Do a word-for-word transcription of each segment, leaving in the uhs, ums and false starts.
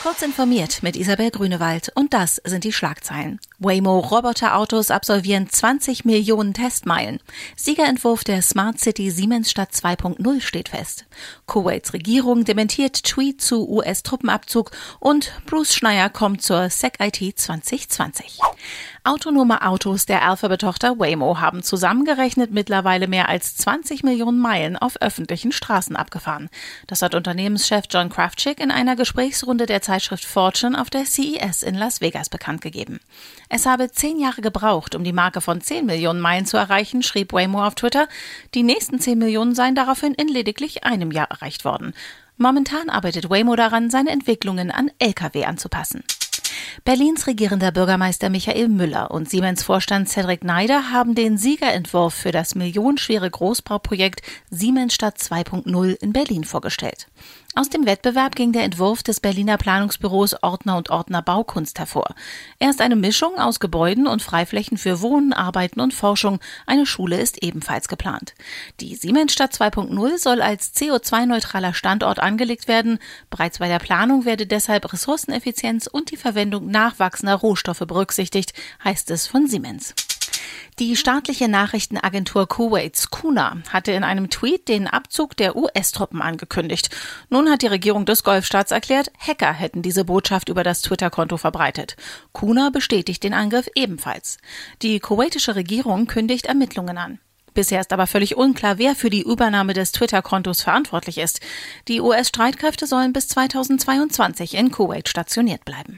Kurz informiert mit Isabel Grünewald und das sind die Schlagzeilen. Waymo-Roboterautos absolvieren zwanzig Millionen Testmeilen. Siegerentwurf der Smart City Siemensstadt zwei Punkt null steht fest. Kuwaits Regierung dementiert Tweet zu U S-Truppenabzug und Bruce Schneier kommt zur SecIT zwanzig zwanzig. Autonome Autos der Alphabet-Tochter Waymo haben zusammengerechnet mittlerweile mehr als zwanzig Millionen Meilen auf öffentlichen Straßen abgefahren. Das hat Unternehmenschef John Krafcik in einer Gesprächsrunde der Zeitschrift Fortune auf der C E S in Las Vegas bekannt gegeben. Es habe zehn Jahre gebraucht, um die Marke von zehn Millionen Meilen zu erreichen, schrieb Waymo auf Twitter. Die nächsten zehn Millionen seien daraufhin in lediglich einem Jahr erreicht worden. Momentan arbeitet Waymo daran, seine Entwicklungen an L K W anzupassen. Berlins regierender Bürgermeister Michael Müller und Siemens-Vorstand Cedric Neider haben den Siegerentwurf für das millionenschwere Großbauprojekt Siemensstadt zwei Punkt null in Berlin vorgestellt. Aus dem Wettbewerb ging der Entwurf des Berliner Planungsbüros Ortner und Ortner Baukunst hervor. Er ist eine Mischung aus Gebäuden und Freiflächen für Wohnen, Arbeiten und Forschung. Eine Schule ist ebenfalls geplant. Die Siemensstadt zwei Punkt null soll als C O zwei neutraler Standort angelegt werden. Bereits bei der Planung werde deshalb Ressourceneffizienz und die Verwendung nachwachsender Rohstoffe berücksichtigt, heißt es von Siemens. Die staatliche Nachrichtenagentur Kuwaits Kuna hatte in einem Tweet den Abzug der U S-Truppen angekündigt. Nun hat die Regierung des Golfstaats erklärt, Hacker hätten diese Botschaft über das Twitter-Konto verbreitet. Kuna bestätigt den Angriff ebenfalls. Die kuwaitische Regierung kündigt Ermittlungen an. Bisher ist aber völlig unklar, wer für die Übernahme des Twitter-Kontos verantwortlich ist. Die U S-Streitkräfte sollen bis zweitausendzweiundzwanzig in Kuwait stationiert bleiben.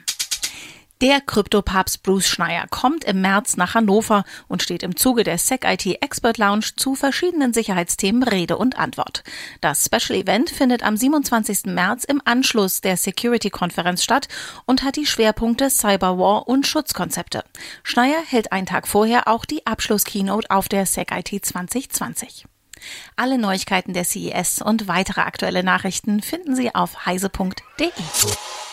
Der Kryptopapst Bruce Schneier kommt im März nach Hannover und steht im Zuge der SecIT Expert Lounge zu verschiedenen Sicherheitsthemen Rede und Antwort. Das Special Event findet am siebenundzwanzigsten März im Anschluss der Security-Konferenz statt und hat die Schwerpunkte Cyberwar und Schutzkonzepte. Schneier hält einen Tag vorher auch die Abschluss-Keynote auf der SecIT zwanzig zwanzig. Alle Neuigkeiten der C E S und weitere aktuelle Nachrichten finden Sie auf heise punkt de.